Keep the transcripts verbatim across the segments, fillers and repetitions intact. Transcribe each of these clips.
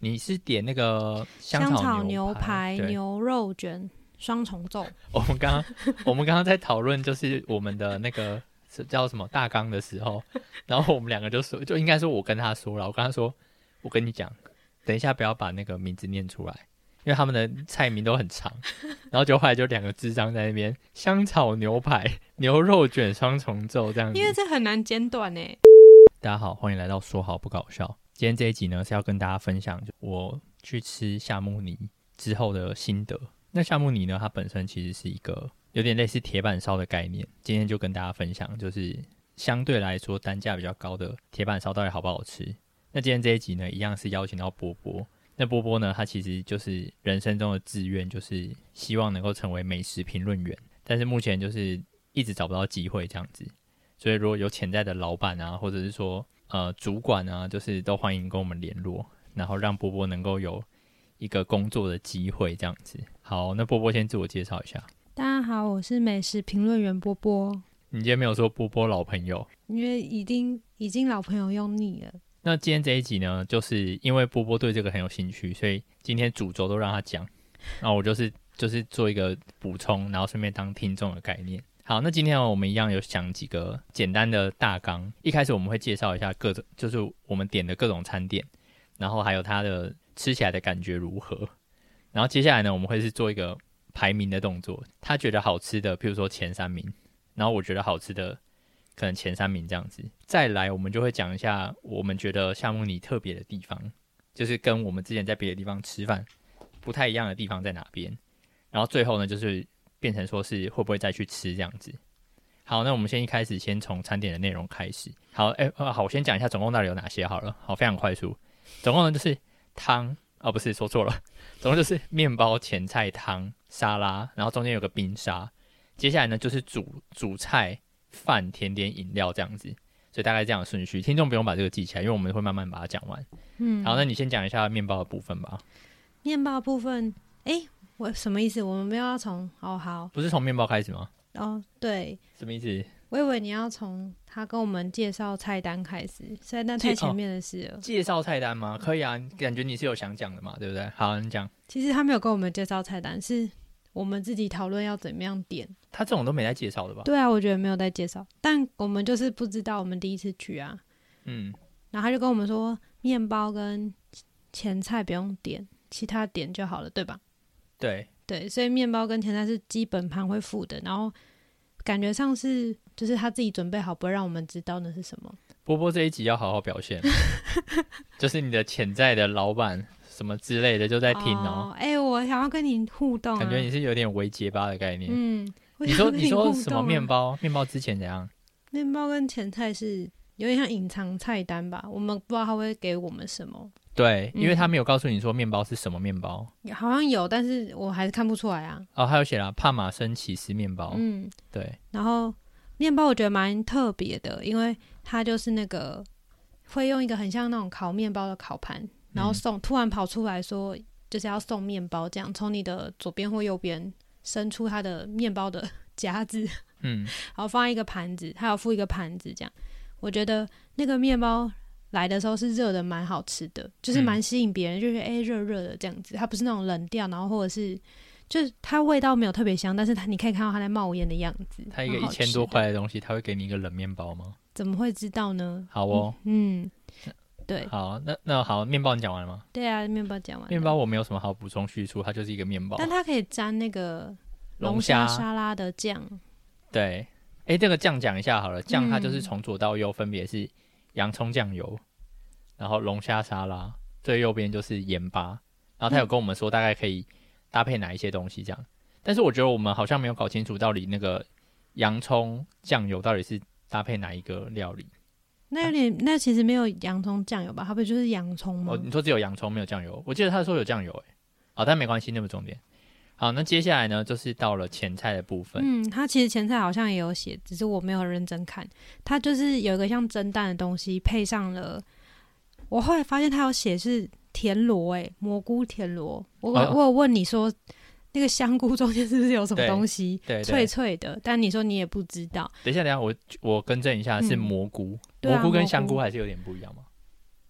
你是点那个香香草草牛牛排、 排、牛肉卷双重奏。 我们刚刚我们刚刚在讨论就是我们的那个叫什么大纲的时候，然后我们两个就说，就应该是我跟他说了，我跟他说，我跟你讲，等一下不要把那个名字念出来，因为他们的菜名都很长，然后就后来就两个智障在那边香草牛排、牛肉卷双重奏这样子， 因为这很难简短耶。 大家好，欢迎来到说好不搞笑。今天这一集呢是要跟大家分享我去吃夏目尼之后的心得。那夏目尼呢，它本身其实是一个有点类似铁板烧的概念，今天就跟大家分享，就是相对来说单价比较高的铁板烧到底好不好吃。那今天这一集呢，一样是邀请到波波。那波波呢，他其实就是人生中的志愿，就是希望能够成为美食评论员，但是目前就是一直找不到机会这样子。所以如果有潜在的老板啊，或者是说呃主管啊，就是都欢迎跟我们联络，然后让波波能够有一个工作的机会这样子。好，那波波先自我介绍一下。 大家好，我是美食评论员波波。 你今天没有说波波老朋友， 因为已经已经老朋友用腻了。 那今天这一集呢，就是因为波波对这个很有兴趣，所以今天主轴都让他讲，然后我就是就是做一个补充，然后顺便当听众的概念。好，那今天我们一样有想几个简单的大纲。一开始我们会介绍一下各种，就是我们点的各种餐点，然后还有它的吃起来的感觉如何。然后接下来呢，我们会是做一个排名的动作，他觉得好吃的，譬如说前三名，然后我觉得好吃的可能前三名这样子。再来我们就会讲一下我们觉得夏目尼特别的地方，就是跟我们之前在别的地方吃饭不太一样的地方在哪边。然后最后呢，就是变成说是会不会再去吃这样子。好，那我们先一开始先从餐点的内容开始。好，哎、欸，好，我先讲一下总共到底有哪些好了。好，非常快速。总共呢就是汤，哦，不是，说错了，总共就是面包、前菜、汤、沙拉，然后中间有个冰沙。接下来呢就是主主菜、饭、甜点、饮料这样子。所以大概这样的顺序，听众不用把这个记起来，因为我们会慢慢把它讲完。嗯，好，那你先讲一下面包的部分吧。 面包部分，哎、欸。我什么意思？我们没有要从哦好， 不是从面包开始吗？ 哦，对， 什么意思？ 我以为你要从他跟我们介绍菜单开始，所以那太前面的事了。 哦、介绍菜单吗？可以啊，感觉你是有想讲的嘛，对不对？好，你讲。 其实他没有跟我们介绍菜单，是我们自己讨论要怎么样点。 他这种都没在介绍的吧？ 对啊，我觉得没有在介绍，但我们就是不知道，我们第一次去啊。嗯，然后他就跟我们说，面包跟前菜不用点，其他点就好了，对吧？ 对对，所以面包跟前菜是基本盘会附的，然后感觉上是就是他自己准备好，不会让我们知道那是什么。 波波这一集要好好表现，就是你的潜在的老板什么之类的就在听哦。 哎、欸，我想要跟你互动、啊， 感觉你是有点微结巴的概念。 嗯， 你说你说什么面面包？面包之前怎样？ 面包跟前菜是有点像隐藏菜单吧，我们不知道他会给我们什么。 对，因为他没有告诉你说面包是什么面包、 嗯、好像有，但是我还是看不出来啊。 哦，还有写了帕玛森起司面包。嗯，对。 然后面包我觉得蛮特别的，因为它就是那个会用一个很像那种烤面包的烤盘，然后送、嗯、突然跑出来说就是要送面包，这样从你的左边或右边伸出它的面包的夹子，嗯，然后放一个盘子，还有附一个盘子，这样我觉得那个面包来的时候是热的，蛮好吃的，就是蛮吸引别人，就是哎热热的这样子，它不是那种冷掉，然后或者是就是它味道没有特别香，但是它你可以看到它在冒烟的样子。 它一个一千多块的东西，它会给你一个冷面包吗？ 怎么会知道呢？ 好哦， 嗯，嗯对， 好，那那好，面包你讲完了吗？ 对啊，面包讲完了。 面包我没有什么好补充叙述，它就是一个面包， 但它可以沾那个龙虾沙拉的酱。 对，哎，这个酱讲一下好了，酱它就是从左到右分别是洋葱酱油。然后龙虾沙拉最右边就是盐巴，然后他有跟我们说大概可以搭配哪一些东西这样，但是我觉得我们好像没有搞清楚到底那个洋葱酱油到底是搭配哪一个料理。 那有点、啊、那其实没有洋葱酱油吧，它不就是洋葱吗？ 哦，你说只有洋葱没有酱油，我记得他说有酱油诶。好，但没关系，那么重点。好，那接下来呢就是到了前菜的部分。 嗯，它其实前菜好像也有写，只是我没有认真看。它就是有一个像蒸蛋的东西配上了，我后来发现它有写是田螺，诶，蘑菇田螺。我、哦、我有问你说那个香菇中间是不是有什么东西脆脆的，但你说你也不知道。 等一下等一下，我我更正一下，是蘑菇、嗯啊、蘑菇跟香菇还是有点不一样吗？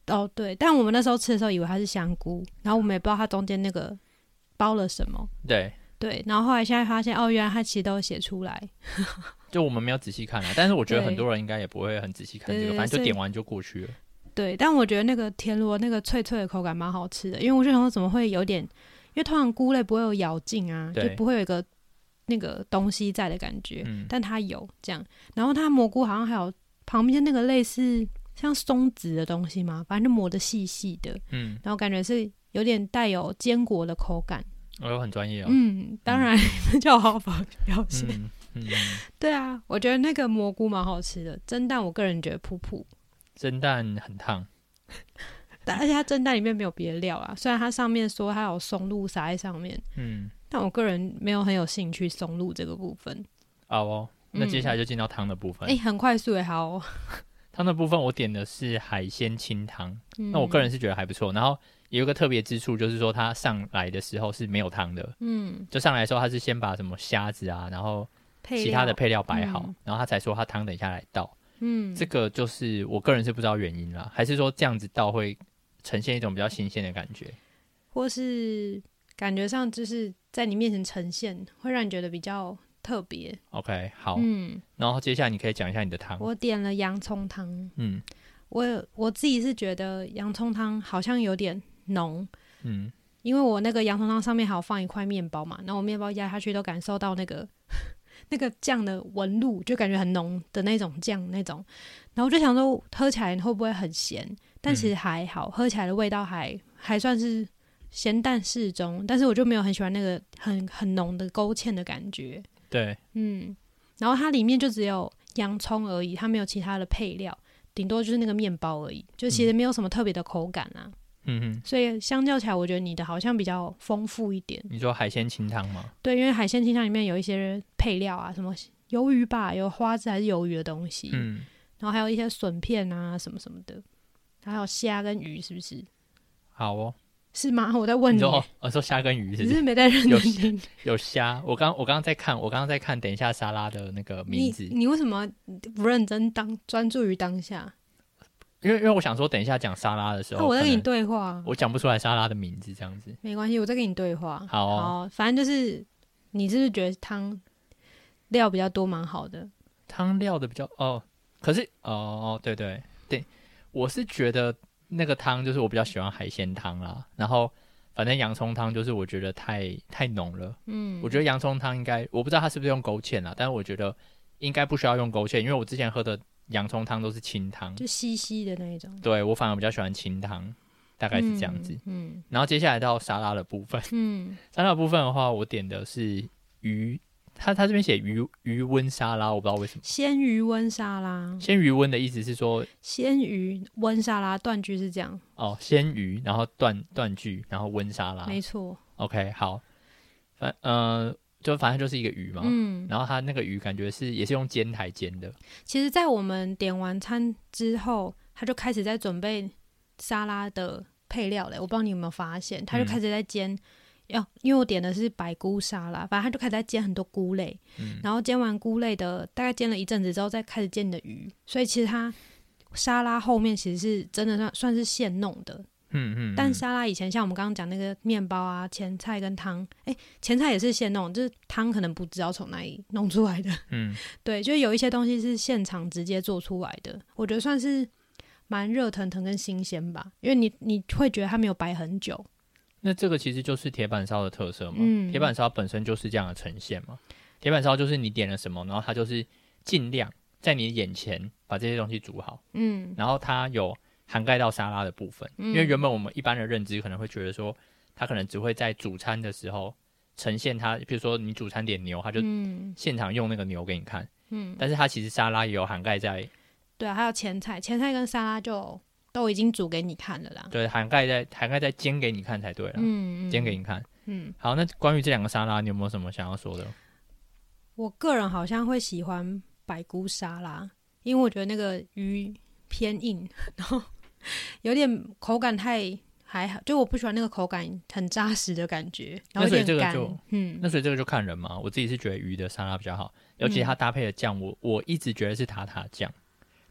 哦对，但我们那时候吃的时候以为它是香菇，然后我们也不知道它中间那个包了什么。 对对，然后后来现在发现哦，原来它其实都有写出来。 就我们没有仔细看啊，但是我觉得很多人应该也不会很仔细看这个， 对对对， 反正就点完就过去了。 对，但我觉得那个田螺那个脆脆的口感蛮好吃的，因为我就想说怎么会有点，因为通常菇类不会有咬劲啊，就不会有一个那个东西在的感觉，嗯、但它有这样。然后它蘑菇好像还有旁边那个类似像松子的东西嘛，反正就磨得细细的，嗯，然后感觉是有点带有坚果的口感。 哦，很专业哦。 嗯，当然，嗯、叫我好好表现。 嗯嗯、 对啊，我觉得那个蘑菇蛮好吃的，蒸蛋我个人觉得普普。 蒸蛋很烫， 而且它蒸蛋里面没有别的料啊，虽然它上面说它有松露撒在上面，嗯，但我个人没有很有兴趣松露这个部分。 好哦，那接下来就进到汤的部分。 哎、嗯欸，很快速也好、哦。 汤的部分我点的是海鲜清汤、嗯，那我个人是觉得还不错。然后有一个特别之处就是说，它上来的时候是没有汤的，嗯，就上来的时候它是先把什么虾子啊，然后其他的配料摆好，嗯、然后他才说他汤等一下来倒。嗯，这个就是我个人是不知道原因啦，还是说这样子倒会呈现一种比较新鲜的感觉， 或是感觉上就是在你面前呈现，会让你觉得比较特别。 OK 好，嗯，然后接下来你可以讲一下你的汤。 我点了洋葱汤，嗯，我我自己是觉得洋葱汤好像有点浓，嗯，因为我那个洋葱汤上面还有放一块面包嘛，然后我面包压下去都感受到那个那个酱的纹路，就感觉很浓的那种酱那种，然后我就想说喝起来会不会很咸，但其实还好、嗯、喝起来的味道还还算是咸淡适中，但是我就没有很喜欢那个很很浓的勾芡的感觉。 对， 嗯，然后它里面就只有洋葱而已，它没有其他的配料，顶多就是那个面包而已，就其实没有什么特别的口感啊。嗯哼，所以相较起来我觉得你的好像比较丰富一点。 你说海鲜清汤吗？ 对，因为海鲜清汤里面有一些配料啊，什么鱿鱼吧，有花枝还是鱿鱼的东西，嗯，然后还有一些笋片啊什么什么的，还有虾跟鱼，是不是？ 好哦。 是吗？我在问你。 你说我说虾跟鱼是不是？ 你是没在认真听。 有虾，我刚我刚刚在看，我刚刚在看等一下沙拉的那个名字。 你你为什么不认真当专注于当下？ 因为因为我想说，等一下讲沙拉的时候， 啊、我在跟你对话， 我讲不出来沙拉的名字，这样子没关系，我在跟你对话。 好、哦， 好，反正就是你是不是觉得汤料比较多，蛮好的？ 汤料的比较哦，可是哦，对对对，我是觉得那个汤就是我比较喜欢海鲜汤啦，然后反正洋葱汤就是我觉得太太浓了，嗯，我觉得洋葱汤应该我不知道它是不是用勾芡啦，但是我觉得应该不需要用勾芡，因为我之前喝的洋葱汤都是清汤， 就稀稀的那一种。 对，我反而比较喜欢清汤，大概是这样子。嗯，嗯然后接下来到沙拉的部分，嗯，沙拉的部分的话，我点的是鱼，他他这边写鱼鱼温沙拉，我不知道为什么。 鲜鱼温沙拉， 鲜鱼温的意思是说鲜鱼温沙拉，断句是这样。 哦，鲜鱼，然后断断句，然后温沙拉， 没错。 OK， 好，反呃。就反正就是一个鱼嘛，嗯，然后它那个鱼感觉是也是用煎台煎的。 其实在我们点完餐之后，他就开始在准备沙拉的配料了，我不知道你有没有发现，他就开始在煎、嗯哦、因为我点的是白菇沙拉，反正他就开始在煎很多菇类、嗯、然后煎完菇类的大概煎了一阵子之后再开始煎你的鱼，所以其实他沙拉后面其实是真的算算是现弄的。嗯嗯，但沙拉以前像我们刚刚讲那个面包啊、前菜跟汤，哎，前菜也是现弄，就是汤可能不知道从哪里弄出来的。嗯，对，就有一些东西是现场直接做出来的，我觉得算是蛮热腾腾跟新鲜吧，因为你你会觉得它没有摆很久。 那这个其实就是铁板烧的特色嘛，嗯，铁板烧本身就是这样的呈现嘛。铁板烧就是你点了什么，然后它就是尽量在你眼前把这些东西煮好，嗯，然后它有涵盖到沙拉的部分、嗯、因为原本我们一般的认知可能会觉得说它可能只会在主餐的时候呈现它，比如说你主餐点牛，它就现场用那个牛给你看，嗯，但是它其实沙拉也有涵盖在， 对啊，还有前菜，前菜跟沙拉就都已经煮给你看了啦， 对，涵盖在涵盖在煎给你看才对啦，嗯，煎给你看，嗯，好，那关于这两个沙拉你有没有什么想要说的？ 我个人好像会喜欢白菇沙拉，因为我觉得那个鱼偏硬，然后有点口感太还好，就我不喜欢那个口感很扎实的感觉，然后有点干。那所以这个就， 嗯，那所以这个就看人嘛。我自己是觉得鱼的沙拉比较好，尤其它搭配的酱，我我一直觉得是塔塔酱，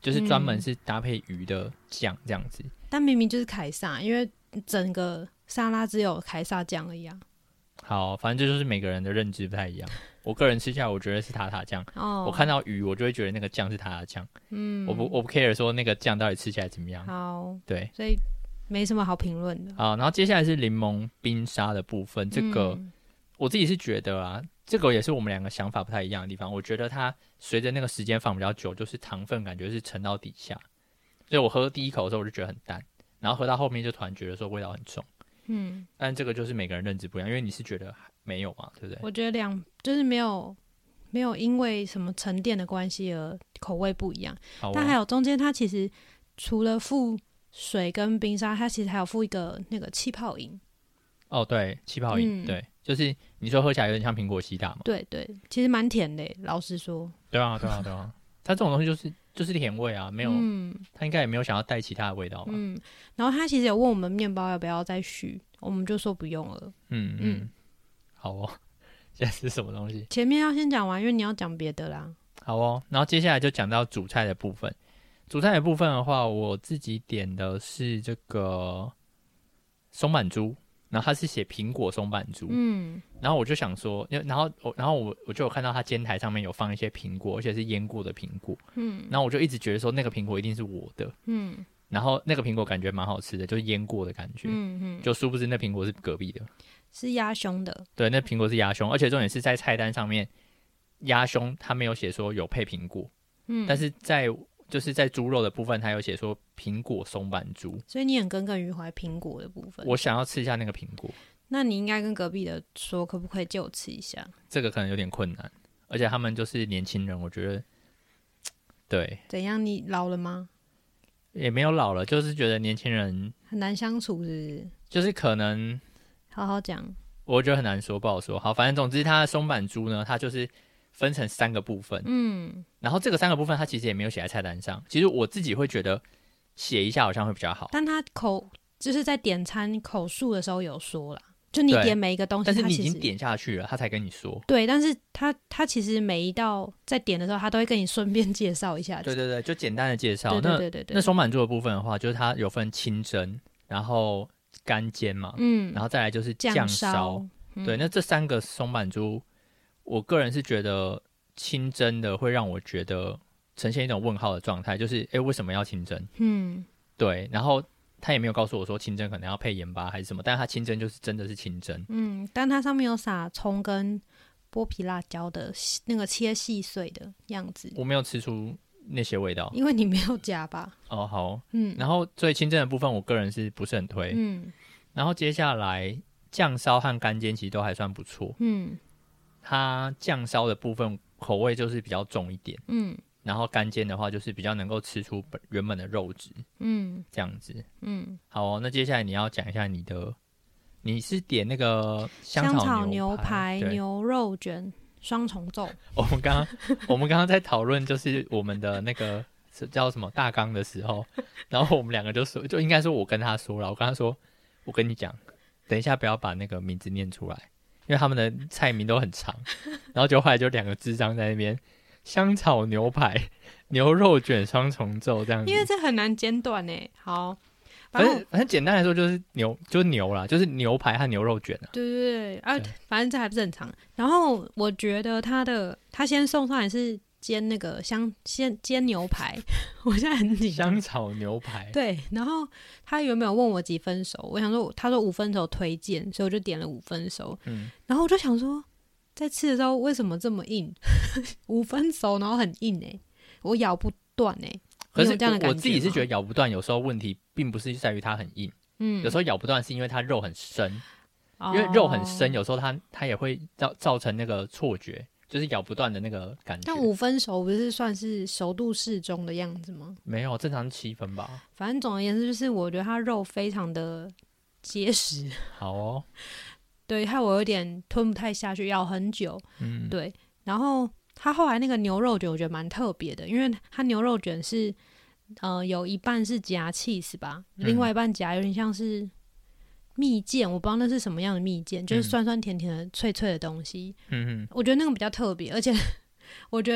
就是专门是搭配鱼的酱这样子、嗯。 但明明就是凯撒，因为整个沙拉只有凯撒酱而已啊。 好，反正这就是每个人的认知不太一样。我个人吃下来，我觉得是塔塔酱。哦，我看到鱼，我就会觉得那个酱是塔塔酱。嗯，我不我不 care 说那个酱到底吃起来怎么样。 好， 对， 所以没什么好评论的。 好，然后接下来是柠檬冰沙的部分，这个、嗯、我自己是觉得啊，这个也是我们两个想法不太一样的地方。我觉得它随着那个时间放比较久，就是糖分感觉是沉到底下，所以我喝第一口的时候我就觉得很淡，然后喝到后面就突然觉得说味道很重。嗯，但这个就是每个人认知不一样，因为你是觉得没有嘛，对不对？ 我觉得两就是没有没有因为什么沉淀的关系而口味不一样。哦、但还有中间它其实除了附水跟冰沙，它其实还有附一个那个气泡饮。 哦，对，气泡饮、嗯，对，就是你说喝起来有点像苹果西打嘛？ 对对，其实蛮甜的，老实说。 对啊，对啊，对啊，它这种东西就是就是甜味啊，没有，嗯，它应该也没有想要带其他的味道吧？ 嗯，然后他其实有问我们面包要不要再续，我们就说不用了。 嗯嗯，好哦，现在是什么东西？ 前面要先讲完，因为你要讲别的啦。 好哦，然后接下来就讲到主菜的部分。主菜的部分的话，我自己点的是这个松板猪，然后它是写苹果松板猪，嗯，然后我就想说，然后我然后我我就有看到它煎台上面有放一些苹果，而且是腌过的苹果，嗯，然后我就一直觉得说那个苹果一定是我的，嗯，然后那个苹果感觉蛮好吃的，就是腌过的感觉，嗯嗯，就殊不知那苹果是隔壁的， 是鸭胸的， 对，那苹果是鸭胸，而且重点是在菜单上面鸭胸它没有写说有配苹果，嗯，但是在就是在猪肉的部分，它有写说苹果松板猪， 所以你很耿耿于怀苹果的部分。 我想要吃一下那个苹果， 那你应该跟隔壁的说，可不可以借我吃一下？ 这个可能有点困难，而且他们就是年轻人，我觉得，对， 怎样？你老了吗？ 也没有老了，就是觉得年轻人很难相处，是不是？ 就是可能好好讲， 我觉得很难说，不好说。好，反正总之，它的松板猪呢，它就是分成三个部分，嗯，然后这个三个部分它其实也没有写在菜单上。其实我自己会觉得写一下好像会比较好， 但它口就是在点餐口述的时候有说啦，就你点每一个东西， 但是你已经点下去了，他才跟你说。 对，但是他他其实每一道在点的时候，他都会跟你顺便介绍一下。 对对对，就简单的介绍。 对对对对对。 那那松板猪的部分的话，就是它有分清蒸，然后干煎嘛，嗯，然后再来就是酱烧。嗯、对，那这三个松板猪，我个人是觉得清蒸的会让我觉得呈现一种问号的状态，就是哎，为什么要清蒸？嗯，对，然后他也没有告诉我说清蒸可能要配盐巴还是什么，但是他清蒸就是真的是清蒸。 嗯，但它上面有撒葱跟剥皮辣椒的那个切细碎的样子， 我没有吃出那些味道， 因为你没有加吧。 哦，好，嗯，然后所以清蒸的部分我个人是不是很推，嗯，然后接下来酱烧和干煎其实都还算不错，嗯，它酱烧的部分口味就是比较重一点，嗯，然后干煎的话就是比较能够吃出原本的肉质，嗯，这样子，嗯，好哦，那接下来你要讲一下你的，你是点那个香草牛排、 牛肉卷双重奏。 我们刚刚我们刚刚在讨论就是我们的那个叫什么大纲的时候，然后我们两个就说，就应该说我跟他说了，我跟他说，我跟你讲，等一下不要把那个名字念出来，因为他们的菜名都很长，然后就后来就两个智障在那边香草牛排、牛肉卷双重奏这样子， 因为这很难简短诶。好。 反正反正简单来说就是牛就是牛啦，就是牛排和牛肉卷啊。 对对对啊，反正这还不正常。然后我觉得他的他先送上来是煎那个香先煎牛排，我现在很紧张。 香草牛排。 对，然后他原本有问我几分熟，我想说他说五分熟推荐，所以我就点了五分熟。嗯，然后我就想说，在吃的时候为什么这么硬？五分熟然后很硬哎、欸，我咬不断哎、欸。 可是我自己是觉得咬不断，有时候问题并不是在于它很硬，嗯，有时候咬不断是因为它肉很深，哦、因为肉很深，有时候它它也会造造成那个错觉，就是咬不断的那个感觉。 但五分熟不是算是熟度适中的样子吗？ 没有，正常七分吧。 反正总而言之，就是我觉得它肉非常的结实。 好哦， 对，害我有点吞不太下去，咬很久。嗯，对，然后。他后来那个牛肉卷我觉得蛮特别的，因为他牛肉卷是呃有一半是夹 cheese 吧、嗯、另外一半夹有点像是蜜饯，我不知道那是什么样的蜜饯、嗯、就是酸酸甜甜的脆脆的东西。嗯嗯，我觉得那个比较特别，而且我觉得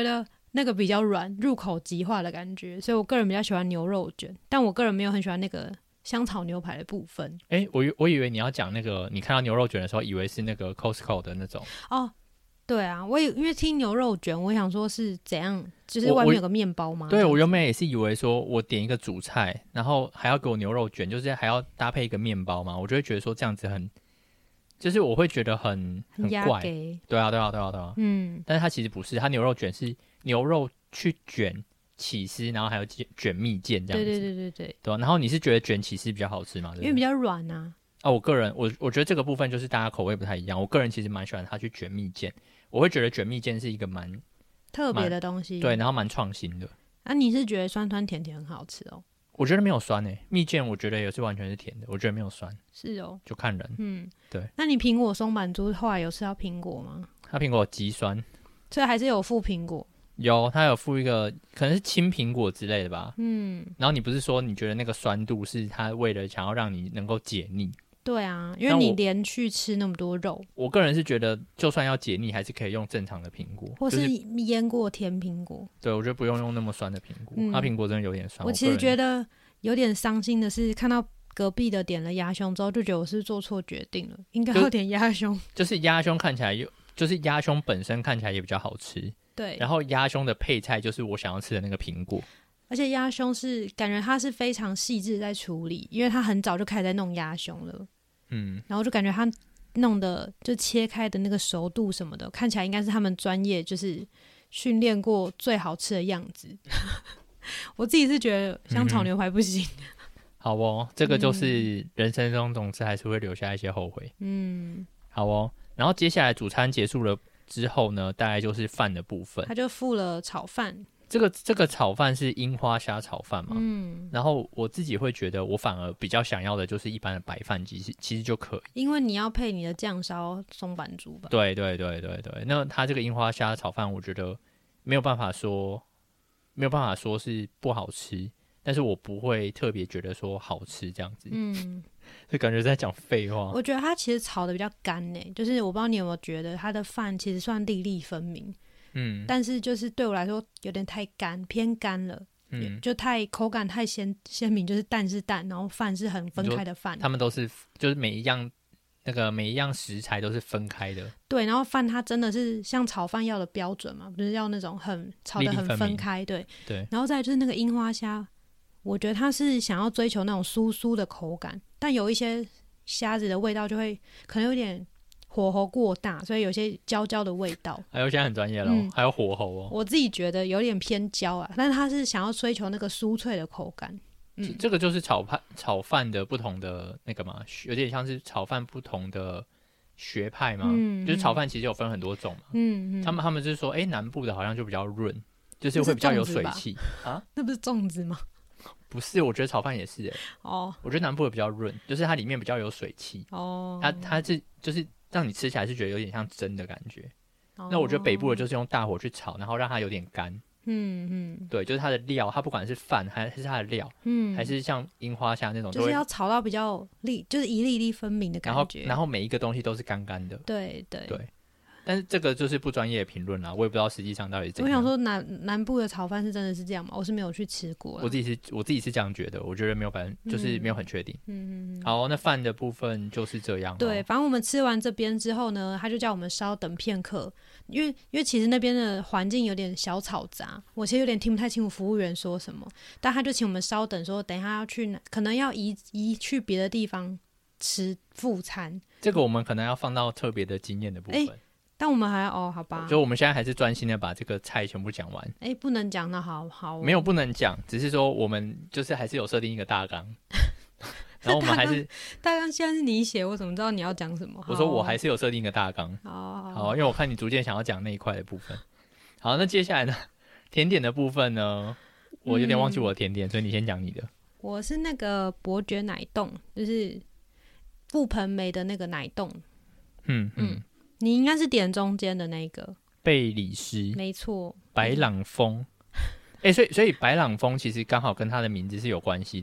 那个比较软，入口即化的感觉，所以我个人比较喜欢牛肉卷，但我个人没有很喜欢那个香草牛排的部分。 哎、欸，我我以为你要讲那个，你看到牛肉卷的时候，以为是那个 Costco 的那种。 哦，对啊，我因为听牛肉卷，我想说是怎样，就是外面有个面包吗？ 对，我原本也是以为说我点一个主菜，然后还要给我牛肉卷，就是还要搭配一个面包嘛，我就会觉得说这样子很。就是我会觉得很很怪，对啊对啊对啊对啊，嗯，但是它其实不是，它牛肉卷是牛肉去卷起司，然后还有卷蜜饯这样子， 对对对对对， 对啊，然后你是觉得卷起司比较好吃吗？ 因为比较软啊。 啊，我个人我我觉得这个部分就是大家口味不太一样，我个人其实蛮喜欢它去卷蜜饯，我会觉得卷蜜饯是一个蛮特别的东西， 对，然后蛮创新的。 啊，你是觉得酸酸甜甜很好吃哦？ 我觉得没有酸诶、欸，蜜饯我觉得也是完全是甜的，我觉得没有酸。 是哦， 就看人。嗯，对。 那你苹果松板猪后来有吃到苹果吗？ 它苹果极酸， 所以还是有附苹果。 有，它有附一个可能是青苹果之类的吧。嗯。然后你不是说你觉得那个酸度是它为了想要让你能够解腻？ 对啊，因为你连续吃那么多肉。 我个人是觉得，就算要解腻，还是可以用正常的苹果， 或是腌过甜苹果。 对，我觉得不用用那么酸的苹果，嗯、它苹果真的有点酸。 我其实觉得有点伤心的是，看到隔壁的点了鸭胸之后，就觉得我是做错决定了，应该要点鸭胸。 就, 就是鸭胸看起来有，就是鸭胸本身看起来也比较好吃。 对， 然后鸭胸的配菜就是我想要吃的那个苹果。 而且鸭胸是感觉它是非常细致在处理，因为它很早就开始在弄鸭胸了。嗯，然后就感觉它弄的就切开的那个熟度什么的，看起来应该是他们专业就是训练过最好吃的样子。我自己是觉得香草牛排不行。嗯、 好哦，这个就是人生中总是还是会留下一些后悔。嗯，好哦。然后接下来主餐结束了之后呢，大概就是饭的部分， 他就附了炒饭。 这个这个炒饭是樱花虾炒饭嘛？嗯，然后我自己会觉得，我反而比较想要的就是一般的白饭，其实其实就可以， 因为你要配你的酱烧松板猪吧？ 对对对对对。那它这个樱花虾炒饭，我觉得没有办法说没有办法说是不好吃，但是我不会特别觉得说好吃这样子。嗯，就感觉在讲废话。 我觉得它其实炒的比较干呢、欸，就是我不知道你有没有觉得它的饭其实算粒粒分明。嗯，但是就是对我来说有点太干，偏干了，嗯，就太口感太鲜鲜明，就是蛋是蛋，然后饭是很分开的饭， 他们都是就是每一样那个每一样食材都是分开的， 对，然后饭它真的是像炒饭要的标准嘛，不是要那种很炒得很分开，对对， 然后再来就是那个樱花虾，我觉得它是想要追求那种酥酥的口感，但有一些虾子的味道就会可能有点火候过大，所以有些焦焦的味道。 还有现在很专业咯、嗯、还有火候哦。 我自己觉得有点偏焦啊，但是它是想要追求那个酥脆的口感。 嗯，这个就是炒饭炒饭的不同的那个嘛，有点像是炒饭不同的学派嘛。嗯，就是炒饭其实有分很多种嘛。嗯嗯，他们他们就是说，哎、欸，南部的好像就比较润，就是会比较有水气啊。 那不是粽子吗？ 不是，我觉得炒饭也是哎、欸。哦，我觉得南部的比较润，就是它里面比较有水气。哦，它它是就是让你吃起来是觉得有点像蒸的感觉。哦、那我觉得北部的就是用大火去炒，然后让它有点干。嗯嗯，对，就是它的料，它不管是饭还是它的料，嗯，还是像樱花虾那种， 就是要炒到比较粒，就是一粒粒分明的感觉。 然后然后每一个东西都是干干的。 对对对。但是这个就是不专业的评论啦，我也不知道实际上到底是怎样。 我想说南南部的炒饭是真的是这样吗？我是没有去吃过。 我自己是我自己是这样觉得，我觉得没有百分，就是没有很确定。嗯嗯。好，那饭的部分就是这样。 对，反正我们吃完这边之后呢，他就叫我们稍等片刻，因为因为其实那边的环境有点小吵杂，我其实有点听不太清楚服务员说什么，但他就请我们稍等，说等一下要去，可能要移移去别的地方吃副餐。 这个我们可能要放到特别的经验的部分。欸， 但我们还哦，好吧， 就我们现在还是专心的把这个菜全部讲完。 哎、欸，不能讲，那好好、哦， 没有不能讲，只是说我们就是还是有设定一个大纲，然后我们还是大纲现在是你写，我怎么知道你要讲什么？ 我说我还是有设定一个大纲， 好， 好，因为我看你逐渐想要讲那一块的部分。好，那接下来呢，甜点的部分呢，我有点忘记我的甜点，嗯、所以你先讲你的。 我是那个伯爵奶冻，就是覆盆梅的那个奶冻。嗯嗯。嗯，你应该是点中间的那个贝里斯， 没错， 白朗峰。哎、欸，所以所以白朗峰其实刚好跟他的名字是有关系的，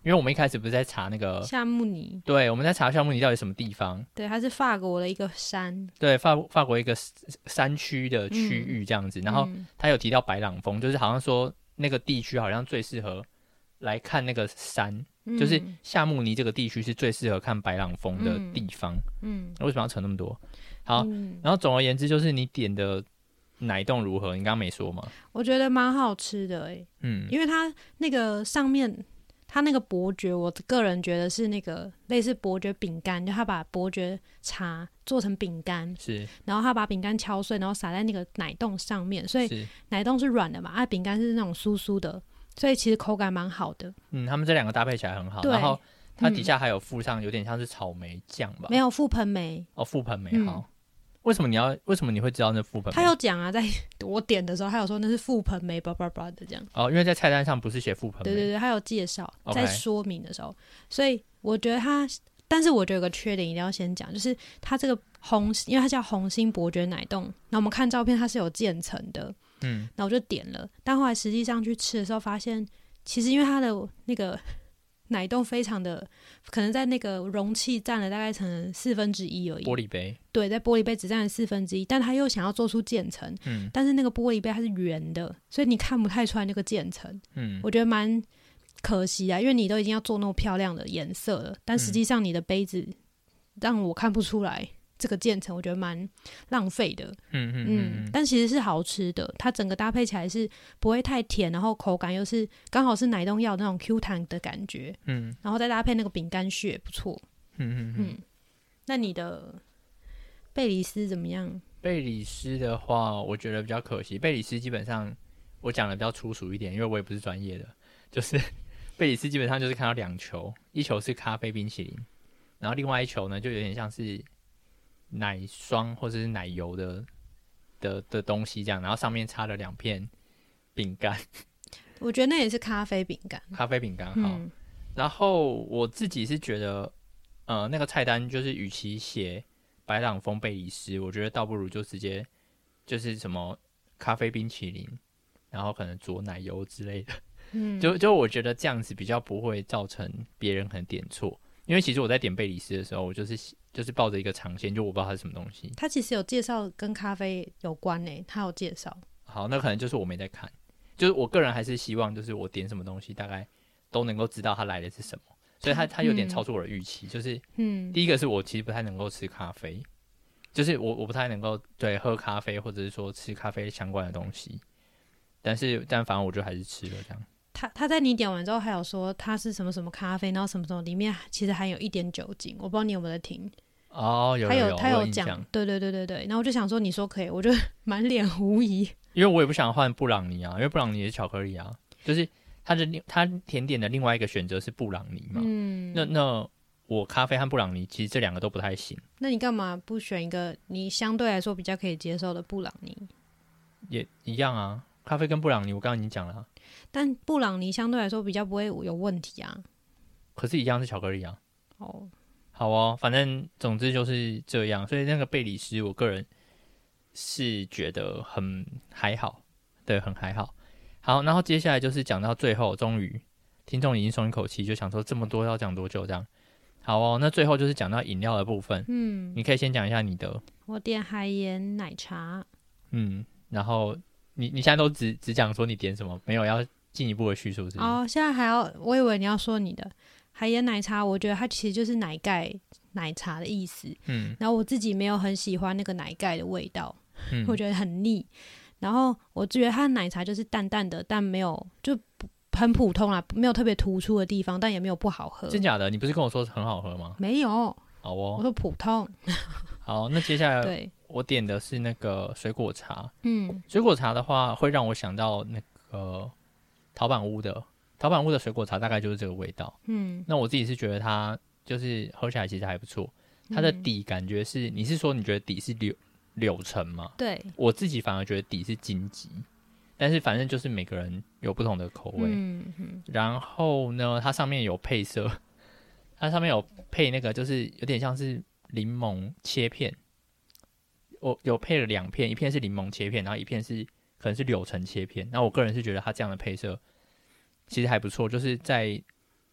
因为我们一开始不是在查那个夏慕尼， 对，我们在查夏慕尼到底什么地方， 对，它是法国的一个山， 对，法法国一个山区的区域这样子， 嗯、 然后他有提到白朗峰，就是好像说那个地区好像最适合来看那个山，嗯、就是夏慕尼这个地区是最适合看白朗峰的地方。嗯，为什么要扯那么多？好，嗯、然后总而言之就是你点的奶冻如何？你刚刚没说吗？ 我觉得蛮好吃的诶，嗯，因为它那个上面。它那个伯爵，我个人觉得是那个类似伯爵饼干，就他把伯爵茶做成饼干， 是， 然后他把饼干敲碎，然后撒在那个奶冻上面，所以奶冻是软的嘛，啊，饼干是那种酥酥的，所以其实口感蛮好的。 嗯，他们这两个搭配起来很好，然后它底下还有附上有点像是草莓酱吧？ 没有覆盆莓哦，覆盆莓、嗯、好。为什么你要？为什么你会知道那覆盆莓？ 他有讲啊，在我点的时候，他有说那是覆盆莓，叭叭叭的这样。 哦，因为在菜单上不是写覆盆莓。 对对对，他有介绍， okay. 在说明的时候，所以我觉得他，但是我觉得有个缺点一定要先讲，就是他这个红，因为它叫红心伯爵奶冻，那我们看照片它是有渐层的，嗯，那我就点了，但后来实际上去吃的时候发现，其实因为它的那个奶冻非常的，可能在那个容器占了大概成四分之一而已， 玻璃杯， 对，在玻璃杯只占了四分之一，但他又想要做出渐层，嗯，但是那个玻璃杯它是圆的，所以你看不太出来那个渐层，嗯，我觉得蛮可惜啊，因为你都已经要做那么漂亮的颜色了，但实际上你的杯子让我看不出来这个渐层，我觉得蛮浪费的。嗯嗯 嗯, 嗯，但其实是好吃的，它整个搭配起来是不会太甜，然后口感又是刚好是奶冻要的那种 Q 弹的感觉。嗯，然后再搭配那个饼干屑，不错。嗯嗯 嗯, 嗯。那你的贝里斯怎么样？ 贝里斯的话，我觉得比较可惜。贝里斯基本上我讲的比较粗俗一点，因为我也不是专业的，就是贝里斯基本上就是看到两球，一球是咖啡冰淇淋，然后另外一球呢就有点像是奶霜或者是奶油的的的东西这样，然后上面插了两片饼干。 我觉得那也是咖啡饼干。 咖啡饼干好、嗯。然后我自己是觉得，呃，那个菜单就是与其写白朗峰贝里斯，我觉得倒不如就直接就是什么咖啡冰淇淋，然后可能佐奶油之类的。嗯，就就我觉得这样子比较不会造成别人可能点错，因为其实我在点贝里斯的时候，我就是就是抱着一个尝鲜，就我不知道它是什么东西。 他其实有介绍跟咖啡有关诶，他有介绍。 好，那可能就是我没在看，就是我个人还是希望，就是我点什么东西，大概都能够知道它来的是什么，所以它它有点超出我的预期。嗯、就是嗯，第一个是我其实不太能够吃咖啡，就是我我不太能够对喝咖啡或者是说吃咖啡相关的东西，但是但反正我就还是吃了这样。 他他在你点完之后还有说它是什么什么咖啡，然后什么什么里面其实含有一点酒精，我不知道你有没有在听。 哦，有有有， 他有讲，对对对对对。然后我就想说，你说可以，我就满脸狐疑， 因为我也不想换布朗尼啊，因为布朗尼也是巧克力啊，就是他的他甜点的另外一个选择是布朗尼嘛。嗯，那那我咖啡和布朗尼其实这两个都不太行。 那你干嘛不选一个你相对来说比较可以接受的布朗尼？ 也一样啊，咖啡跟布朗尼我刚刚已经讲了、啊。 但布朗尼相对来说比较不会有问题啊， 可是一样是巧克力啊。 哦， 好哦，反正总之就是这样，所以那个贝里斯我个人是觉得很还好，对，很还好。好，然后接下来就是讲到最后，终于听众已经松一口气，就想说这么多要讲多久这样。好哦，那最后就是讲到饮料的部分，嗯，你可以先讲一下你的。 我点海盐奶茶。 嗯，然后你你现在都只只讲说你点什么，没有要进一步的叙述是不是？ 哦，现在还要，我以为你要说你的海盐奶茶，我觉得它其实就是奶盖奶茶的意思。嗯，然后我自己没有很喜欢那个奶盖的味道，嗯、我觉得很腻。然后我觉得它的奶茶就是淡淡的，但没有就很普通啦，没有特别突出的地方，但也没有不好喝。 真假的？你不是跟我说很好喝吗？ 没有。 好哦， 我说普通。 好，那接下来对我点的是那个水果茶。嗯，水果茶的话会让我想到那个陶板屋的陶板屋的水果茶，大概就是这个味道。嗯，那我自己是觉得它就是喝起来其实还不错。它的底感觉是，你是说你觉得底是柳柳橙吗？ 对， 我自己反而觉得底是荆棘，但是反正就是每个人有不同的口味。嗯嗯。然后呢，它上面有配色，它上面有配那个就是有点像是柠檬切片，我有配了两片，一片是柠檬切片，然后一片是可能是柳橙切片。那我个人是觉得它这样的配色其实还不错，就是在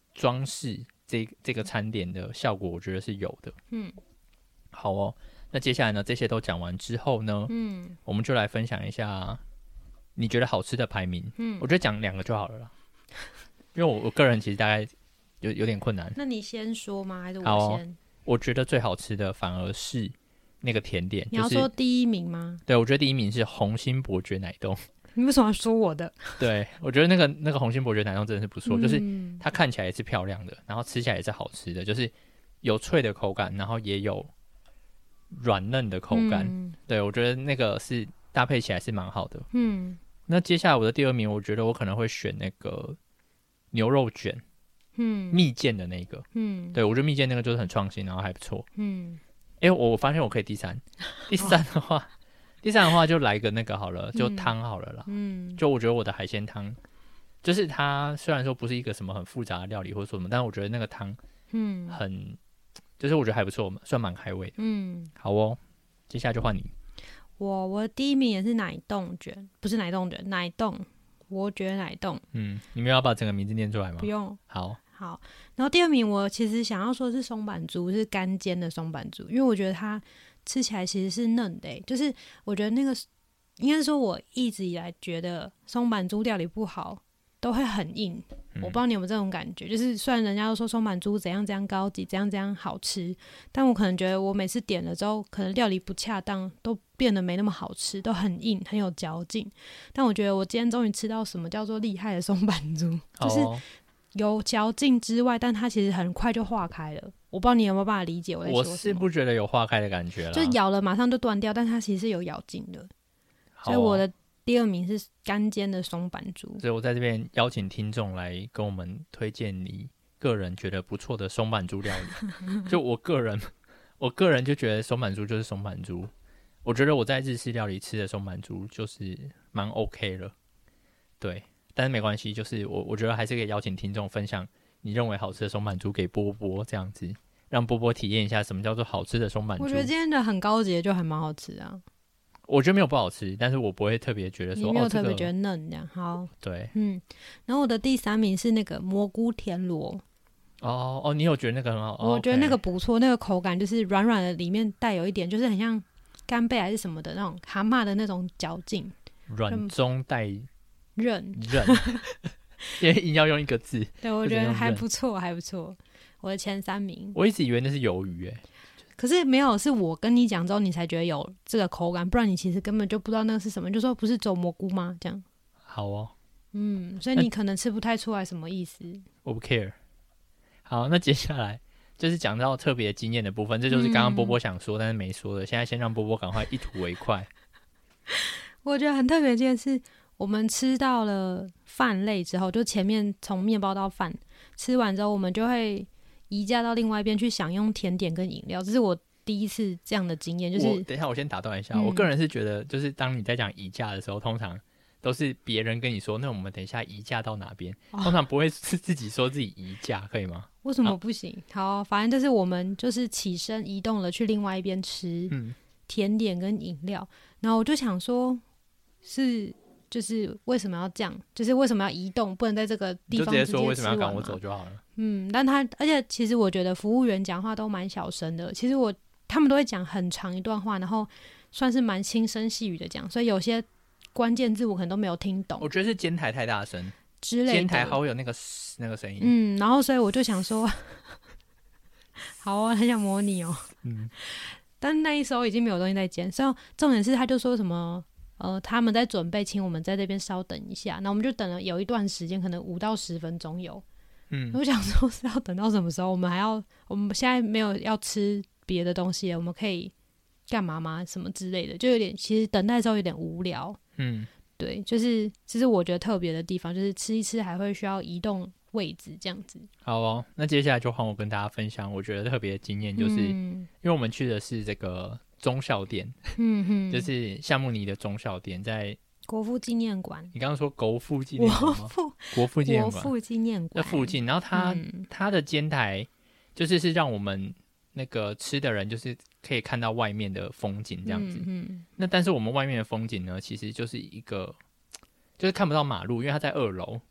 装饰这这个餐点的效果，我觉得是有的。嗯，好哦。那接下来呢，这些都讲完之后呢，嗯，我们就来分享一下你觉得好吃的排名。嗯，我觉得讲两个就好了啦，因为我我个人其实大概有有点困难。 那你先说吗？还是我先？ 好哦，我觉得最好吃的反而是那个甜点。 你要说第一名吗？ 对，我觉得第一名是红心伯爵奶冻。 你为什么要说我的？ 对，我觉得那个那个红心伯爵奶冻真的是不错，嗯，就是它看起来也是漂亮的，然后吃起来也是好吃的，就是有脆的口感，然后也有软嫩的口感。嗯，对，我觉得那个是搭配起来是蛮好的。嗯，那接下来我的第二名，我觉得我可能会选那个牛肉卷，嗯，蜜饯的那个。嗯，对，我觉得蜜饯那个就是很创新，然后还不错。嗯，哎、欸，我发现我可以第三，第三的话。第三的话就来个那个好了，就汤好了啦。嗯，就我觉得我的海鲜汤，就是它虽然说不是一个什么很复杂的料理或者说什么，但我觉得那个汤，嗯，很，就是我觉得还不错，算蛮开胃的。嗯，好哦，接下来就换你。 我我第一名也是奶冻卷，不是奶冻卷，奶冻，我觉得奶冻。 嗯，你们要把整个名字念出来吗？ 不用。 好。 好，然后第二名我其实想要说是松板猪，是干煎的松板猪，因为我觉得它吃起来其实是嫩的、欸，就是我觉得那个应该是说我一直以来觉得松板猪料理不好都会很硬、嗯、我不知道你有没有这种感觉，就是虽然人家都说松板猪怎样怎样高级怎样怎样好吃，但我可能觉得我每次点了之后可能料理不恰当都变得没那么好吃，都很硬很有嚼劲，但我觉得我今天终于吃到什么叫做厉害的松板猪，就是有嚼劲之外，但它其实很快就化开了。我不知道你有没有办法理解我在说什么。 我是不觉得有化开的感觉啦， 就咬了马上就断掉，但它其实是有咬劲的。哦、所以我的第二名是干煎的松板猪。 所以我在这边邀请听众来跟我们推荐你个人觉得不错的松板猪料理。就我个人，我个人就觉得松板猪就是松板猪。我觉得我在日式料理吃的松板猪就是蛮 OK 了，对。但是没关系，就是我我觉得还是可以邀请听众分享你认为好吃的松板猪给波波，这样子让波波体验一下什么叫做好吃的松板猪。 我觉得今天的很高级的就还蛮好吃啊。 我觉得没有不好吃，但是我不会特别觉得说你没有特别觉得嫩这样、哦这个、好。 对， 嗯。然后我的第三名是那个蘑菇田螺。 哦哦，你有觉得那个很好？ 我觉得那个不错，那个口感就是软软的，里面带有一点就是很像干贝还是什么的那种蛤蟆的那种嚼劲， 软中带韧韧，因为硬要用一个字。 对，我觉得还不错，还不错。我的前三名， 我一直以为那是鱿鱼诶， 可是没有，是我跟你讲之后，你才觉得有这个口感，不然你其实根本就不知道那个是什么，就说不是走蘑菇吗？这样。 好哦， 嗯，所以你可能吃不太出来什么意思。 我不 care。好，那接下来就是讲到特别经验的部分，这就是刚刚波波想说、嗯、但是没说的。现在先让波波赶快一吐为快。 我觉得很特别的一件事。我们吃到了饭类之后，就前面从面包到饭吃完之后，我们就会移驾到另外一边去享用甜点跟饮料。这是我第一次这样的经验。就是我等一下，我先打断一下、嗯，我个人是觉得，就是当你在讲移驾的时候，通常都是别人跟你说，那我们等一下移驾到哪边、哦，通常不会是自己说自己移驾，可以吗？ 为什么不行？好，好，反正就是我们就是起身移动了去另外一边吃甜点跟饮料、嗯，然后我就想说，是。就是为什么要这样？就是为什么要移动？不能在这个地方直接吃完吗？ 就直接说为什么要赶我走就好了。 嗯，但他而且其实我觉得服务员讲话都蛮小声的。其实我他们都会讲很长一段话，然后算是蛮轻声细语的讲，所以有些关键字我可能都没有听懂。 我觉得是监台太大声之类的， 监台还会有那个那个声音。 嗯，然后所以我就想说，好啊，很想模拟哦。嗯，但那一时候已经没有东西在监，所以重点是他就说什么。呃，他们在准备，请我们在这边稍等一下。那我们就等了有一段时间，可能五到十分钟有。嗯，我想说是要等到什么时候？我们还要，我们现在没有要吃别的东西了，我们可以干嘛吗？什么之类的，就有点，其实等待的时候有点无聊。嗯，对，就是这是我觉得特别的地方，就是吃一吃还会需要移动位置这样子。 好哦，那接下来就换我跟大家分享，我觉得特别的经验，就是、嗯、因为我们去的是这个。忠孝店，嗯哼，就是夏慕尼的忠孝店，在国父纪念馆。 你刚刚说国父纪念馆吗？国父纪念馆， 国父纪念馆那附近。然后它、嗯、它的煎台就是是让我们那个吃的人就是可以看到外面的风景这样子。嗯、那但是我们外面的风景呢，其实就是一个就是看不到马路，因为它在二楼。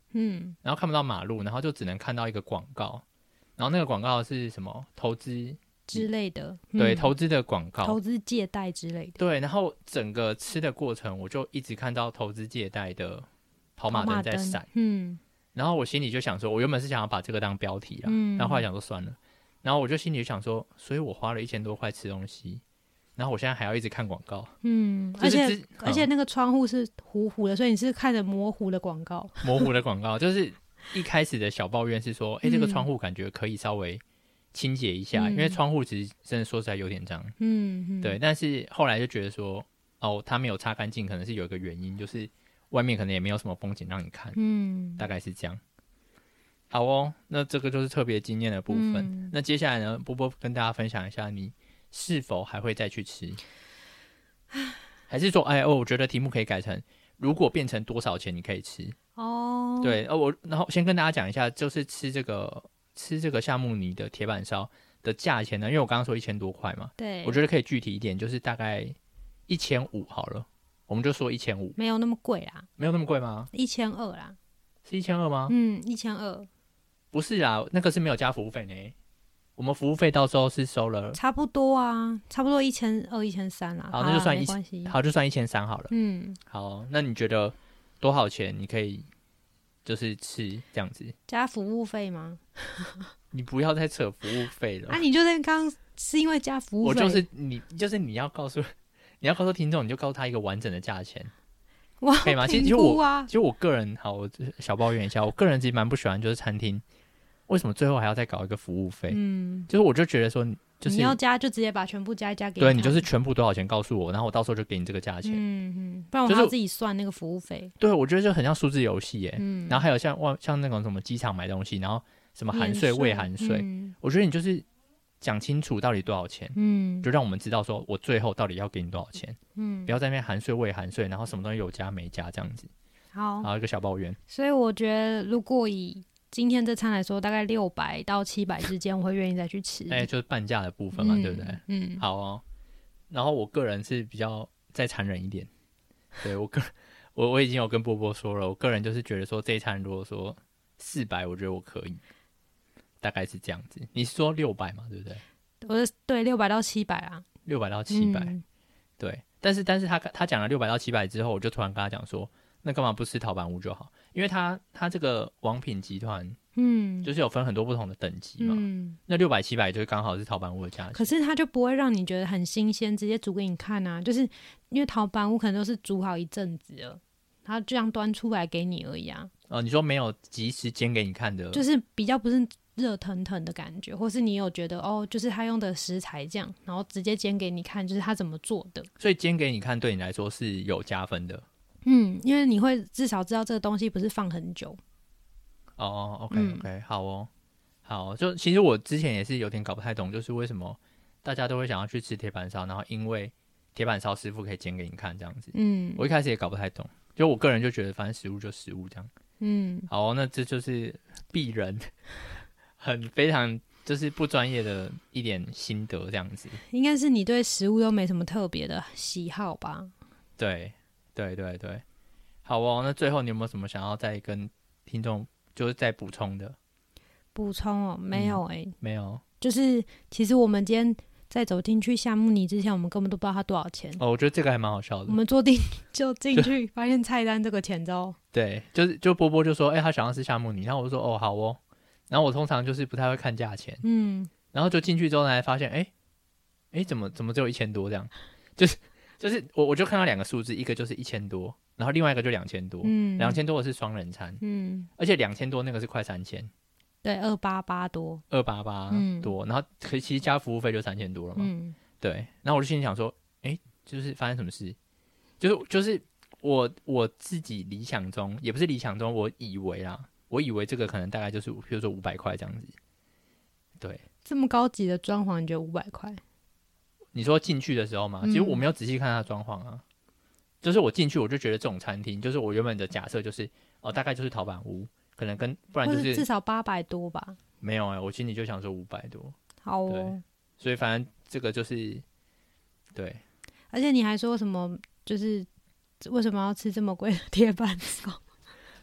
嗯， 然后看不到马路，然后就只能看到一个广告，然后那个广告是什么投资之类的， 对、 嗯、 投资的广告， 投资借贷之类的。 对，然后整个吃的过程，我就一直看到投资借贷的跑马灯在闪， 嗯， 然后我心里就想说，我原本是想要把这个当标题啦， 嗯， 然后后来想说算了，然后我就心里就想说，所以我花了一千多块吃东西，然后我现在还要一直看广告， 嗯， 就是、 而且、 嗯、 而且那个窗户是糊糊的，所以你是看着模糊的广告， 模糊的广告，就是一开始的小抱怨是说，哎、欸，这个窗户感觉可以稍微清洁一下， 嗯、 因为窗户其实真的说实在有点脏， 嗯嗯， 对，但是后来就觉得说，哦，它没有擦干净，可能是有一个原因，就是外面可能也没有什么风景让你看， 嗯， 大概是这样。好哦，那这个就是特别惊艳的部分、嗯。那接下来呢，波波跟大家分享一下，你是否还会再去吃？还是说，哎哦，我觉得题目可以改成，如果变成多少钱你可以吃？ 哦， 对，呃，我然后先跟大家讲一下，就是吃这个吃这个夏目尼的铁板烧的价钱呢，因为我刚刚说一千多块嘛， 对， 我觉得可以具体一点，就是大概一千五好了，我们就说一千五， 没有那么贵啦， 没有那么贵吗？ 一千二啦， 是一千二吗？ 嗯，一千二。 不是啦，那个是没有加服务费呢。我们服务费到时候是收了， 差不多啊，差不多一千二、一千三啦。 好，那就算一关系， 好，就算一千三好了。 嗯， 好，那你觉得多少钱你可以就是吃这样子？ 加服务费吗？ 你不要再扯服务费了。 啊，你就在刚刚是因为加服务费， 我就是你，就是你要告诉你要告诉听众，你就告诉他一个完整的价钱。 哇， 可以吗？其实我，其实我个人，好，我小抱怨一下，我个人其实蛮不喜欢，就是餐厅为什么最后还要再搞一个服务费？嗯，就是我就觉得说，就是你要加就直接把全部加一加给你， 对你就是全部多少钱告诉我，然后我到时候就给你这个价钱。 嗯嗯，不然我还要自己算那个服务费。就是、 对，我觉得就很像数字游戏耶。嗯，然后还有像像那种什么机场买东西，然后什么含税未含税、嗯，我觉得你就是讲清楚到底多少钱，嗯，就让我们知道说我最后到底要给你多少钱，嗯，不要在那边含税未含税，然后什么东西有加没加这样子。 好， 好一个小抱怨。 所以我觉得，如果以今天这餐来说，大概六百到七百之间，我会愿意再去吃。 哎、欸，就是半价的部分嘛、嗯，对不对？ 嗯， 好哦。然后我个人是比较再残忍一点，对我个我我已经有跟波波说了，我个人就是觉得说这一餐如果说四百，我觉得我可以。大概是这样子，你是说六百嘛，对不对？ 我是对六百到七百啊， 六百到七百、嗯，对。但是但是他他讲了六百到七百之后，我就突然跟他讲说，那干嘛不吃陶板屋就好？因为他他这个王品集团，嗯，就是有分很多不同的等级嘛，嗯，那六百七百就刚好是陶板屋的价钱。 可是他就不会让你觉得很新鲜，直接煮给你看啊，就是因为陶板屋可能都是煮好一阵子了，他这样端出来给你而已啊。 哦，你说没有及时煎给你看的， 就是比较不是热腾腾的感觉，或是你有觉得哦，就是他用的食材这样，然后直接煎给你看，就是他怎么做的。 所以煎给你看对你来说是有加分的。 嗯，因为你会至少知道这个东西不是放很久。 哦 ，OK OK，、嗯、好哦，好。就其实我之前也是有点搞不太懂，就是为什么大家都会想要去吃铁板烧，然后因为铁板烧师傅可以煎给你看这样子。嗯，我一开始也搞不太懂，就我个人就觉得反正食物就食物这样。嗯，好，那这就是鄙人很非常就是不专业的一点心得这样子。 应该是你对食物都没什么特别的喜好吧？ 对，对对对，好哦。那最后你有没有什么想要再跟听众就是再补充的？ 补充哦，没有哎、欸嗯， 没有。就是其实我们今天在走进去夏目尼之前，我们根本都不知道它多少钱。 哦，我觉得这个还蛮好笑的。 我们坐定就进去，发现菜单这个钱之后， 对，就是就波波就说，哎、欸，他想要吃夏目尼，然后我就说，哦，好哦。然后我通常就是不太会看价钱，嗯，然后就进去之后呢，发现，哎、欸，哎、欸，怎么怎么只有一千多这样？就是就是我我就看到两个数字，一个就是一千多，然后另外一个就两千多，嗯，两千多的是双人餐，嗯，而且两千多那个是快三千。 对，二八八多， 二八八多，然后可其实加服务费就三千多了嘛。嗯，对。然后我就心里想说，哎、欸，就是发生什么事？就是就是我我自己理想中，也不是理想中，我以为啦，我以为这个可能大概就是，比如说五百块这样子。对， 这么高级的装潢，你觉得五百块？ 你说进去的时候嘛，其实我没有仔细看它的装潢啊。就是我进去，我就觉得这种餐厅，就是我原本的假设就是，哦，大概就是陶板屋。可能跟不然就是至少八百多吧。 没有哎、欸，我心里就想说五百多。 好哦。 所以反正这个就是对。 而且你还说什么？就是为什么要吃这么贵的铁板烧？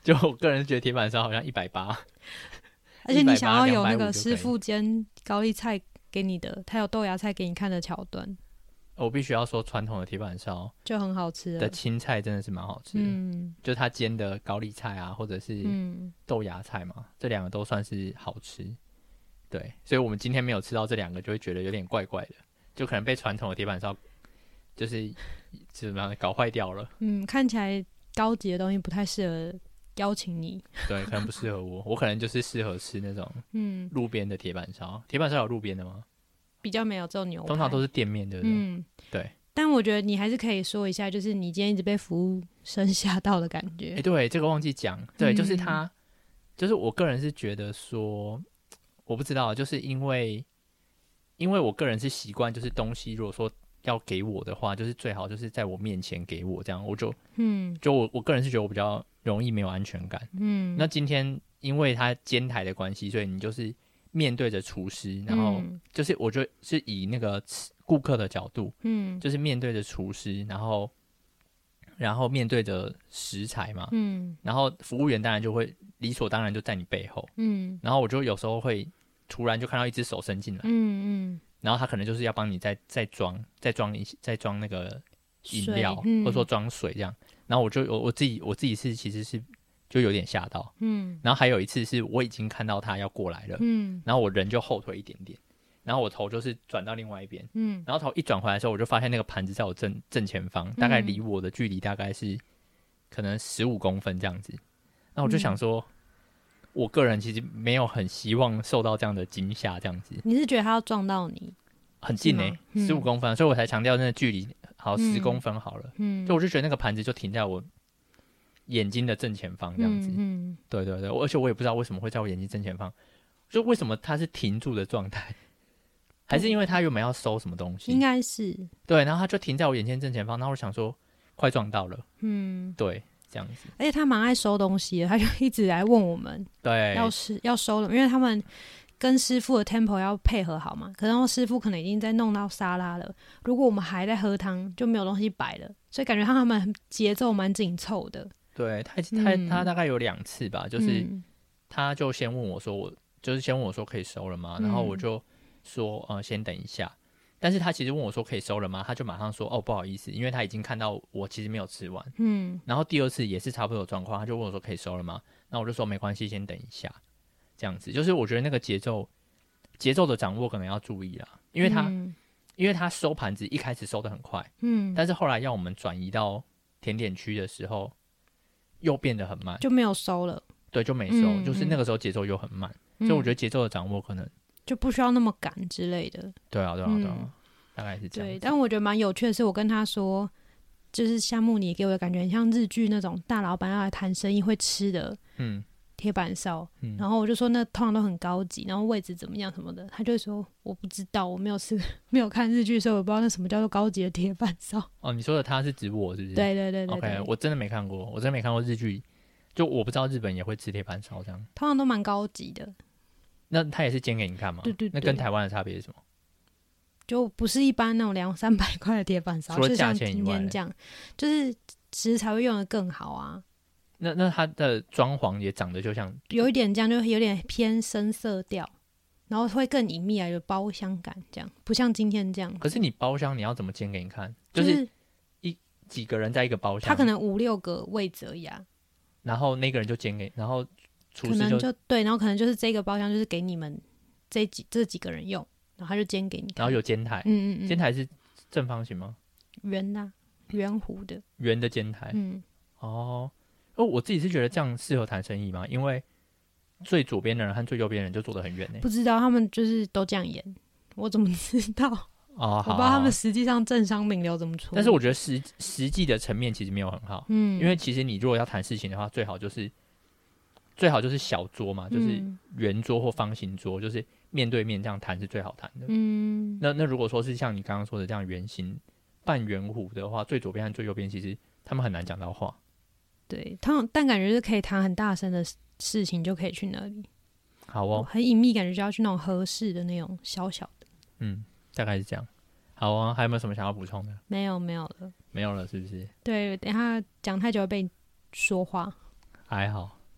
就我个人觉得铁板烧好像一百八， 而且你想要有那一百八个师傅煎高丽菜给你的，他有豆芽菜给你看的桥段。 我必须要说，传统的铁板烧就很好吃的青菜真的是蛮好吃的，嗯，就它煎的高丽菜啊，或者是豆芽菜嘛，嗯、这两个都算是好吃。对，所以我们今天没有吃到这两个，就会觉得有点怪怪的，就可能被传统的铁板烧就是怎么样搞坏掉了。 嗯，看起来高级的东西不太适合邀请你。 对，可能不适合我，我可能就是适合吃那种嗯路边的铁板烧。铁板烧有路边的吗？ 比较没有，只有牛排， 通常都是店面，对不对？嗯，对。 但我觉得你还是可以说一下，就是你今天一直被服务生吓到的感觉。 哎、欸，对，这个忘记讲。对，嗯、就是他，就是我个人是觉得说，我不知道，就是因为，因为我个人是习惯，就是东西如果说要给我的话，就是最好就是在我面前给我，这样我就，嗯，就我我个人是觉得我比较容易没有安全感。嗯，那今天因为他煎台的关系，所以你就是面对着厨师，然后就是我觉得是以那个顾客的角度，嗯，就是面对着厨师，然后然后面对着食材嘛，嗯，然后服务员当然就会理所当然就在你背后，嗯，然后我就有时候会突然就看到一只手伸进来，嗯嗯，然后他可能就是要帮你再再装再装一再装那个饮料，嗯、或者说装水这样，然后我就我我自己我自己是其实是。就有点吓到，嗯，然后还有一次是我已经看到他要过来了，嗯，然后我人就后退一点点，然后我头就是转到另外一边，嗯，然后头一转回来的时候，我就发现那个盘子在我正正前方，大概离我的距离大概是可能十五公分这样子，那我就想说，嗯、我个人其实没有很希望受到这样的惊吓，这样子。 你是觉得他要撞到你？ 很近呢、欸，十五、嗯、公分，所以我才强调那个距离好十公分好了，嗯，就我就觉得那个盘子就停在我眼睛的正前方这样子，嗯嗯，对对对，而且我也不知道为什么会在我眼睛正前方，就为什么它是停住的状态，还是因为它原本要收什么东西？ 应该是对，然后它就停在我眼睛正前方，然后我想说快撞到了，嗯，对，这样子。 而且他蛮爱收东西的，他就一直来问我们， 对， 要是要收了，因为他们跟师傅的 tempo 要配合好嘛，可能师傅可能已经在弄到沙拉了，如果我们还在喝汤，就没有东西摆了，所以感觉他们节奏蛮紧凑的。 对，他他他大概有两次吧，嗯、就是他就先问我说我就是先问我说可以收了吗？嗯、然后我就说呃先等一下，但是他其实问我说可以收了吗？他就马上说哦不好意思，因为他已经看到我其实没有吃完。嗯，然后第二次也是差不多的状况，他就问我说可以收了吗？那我就说没关系，先等一下，这样子就是我觉得那个节奏节奏的掌握可能要注意啦，因为他、嗯、因为他收盘子一开始收得很快，嗯，但是后来要我们转移到甜点区的时候。又变得很慢， 就没有收了。 对，就没收，嗯、就是那个时候节奏又很慢，嗯、所以我觉得节奏的掌握可能就不需要那么赶之类的。 对啊，对啊，对啊，嗯、大概是这样。 对，但我觉得蛮有趣的是，我跟他说，就是夏目你给我的感觉很像日剧那种大老板要来谈生意会吃的，嗯，铁板烧。嗯、然后我就说那通常都很高级，然后位置怎么样什么的，他就会说我不知道，我没有吃，没有看日剧，所以我不知道那什么叫做高级的铁板烧。 哦，你说的他是指我是不是？ 对对对 对, 对 ，OK， 我真的没看过，我真的没看过日剧，就我不知道日本也会吃铁板烧这样， 通常都蛮高级的。 那他也是煎给你看吗？ 对对对。 那跟台湾的差别是什么？ 就不是一般那种两三百块的铁板烧， 除了价钱以外， 就像今天这样，就是食材会用得更好啊。 那那它的装潢也长得就像有一点这样，就有点偏深色调，然后会更隐秘啊，有包厢感，这样不像今天这样。 可是你包厢你要怎么煎给你看？就是一几个人在一个包厢， 他可能五六个位置而已啊。 然后那个人就煎给，然后厨师就可能就对，然后可能就是这个包厢就是给你们这几这几个人用，然后他就煎给你看。 然后有煎台，嗯嗯嗯，煎台是正方形吗？ 圆的、啊，圆弧的， 圆的煎台。嗯，哦。哦，我自己是觉得这样适合谈生意吗？因为最左边的人和最右边的人就坐得很远呢。 不知道他们就是都这样演，我怎么知道？哦，我不知道他们实际上政商名流怎么处理。 但是我觉得实实际的层面其实没有很好，嗯，因为其实你如果要谈事情的话，最好就是最好就是小桌嘛，就是圆桌或方形桌，就是面对面这样谈是最好谈的。嗯，那那如果说是像你刚刚说的这样圆形半圆弧的话，最左边和最右边其实他们很难讲到话。 对，他但感觉是可以谈很大声的事情，就可以去那里。 好哦， 很隐秘，感觉就要去那种合适的那种小小的。 嗯，大概是这样。好啊，还有没有什么想要补充的？ 没有，没有了， 没有了，是不是？ 对，等一下讲太久会被说话。 还好。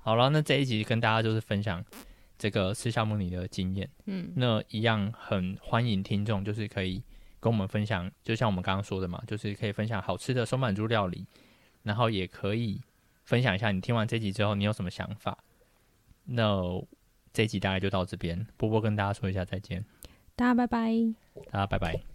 好了，那这一集跟大家就是分享这个释迦牟尼的经验。嗯，那一样很欢迎听众，就是可以跟我们分享，就像我们刚刚说的嘛，就是可以分享好吃的松板猪料理，然后也可以分享一下你听完这集之后你有什么想法。那这一集大概就到这边，波波跟大家说一下再见， 大家拜拜， 大家拜拜。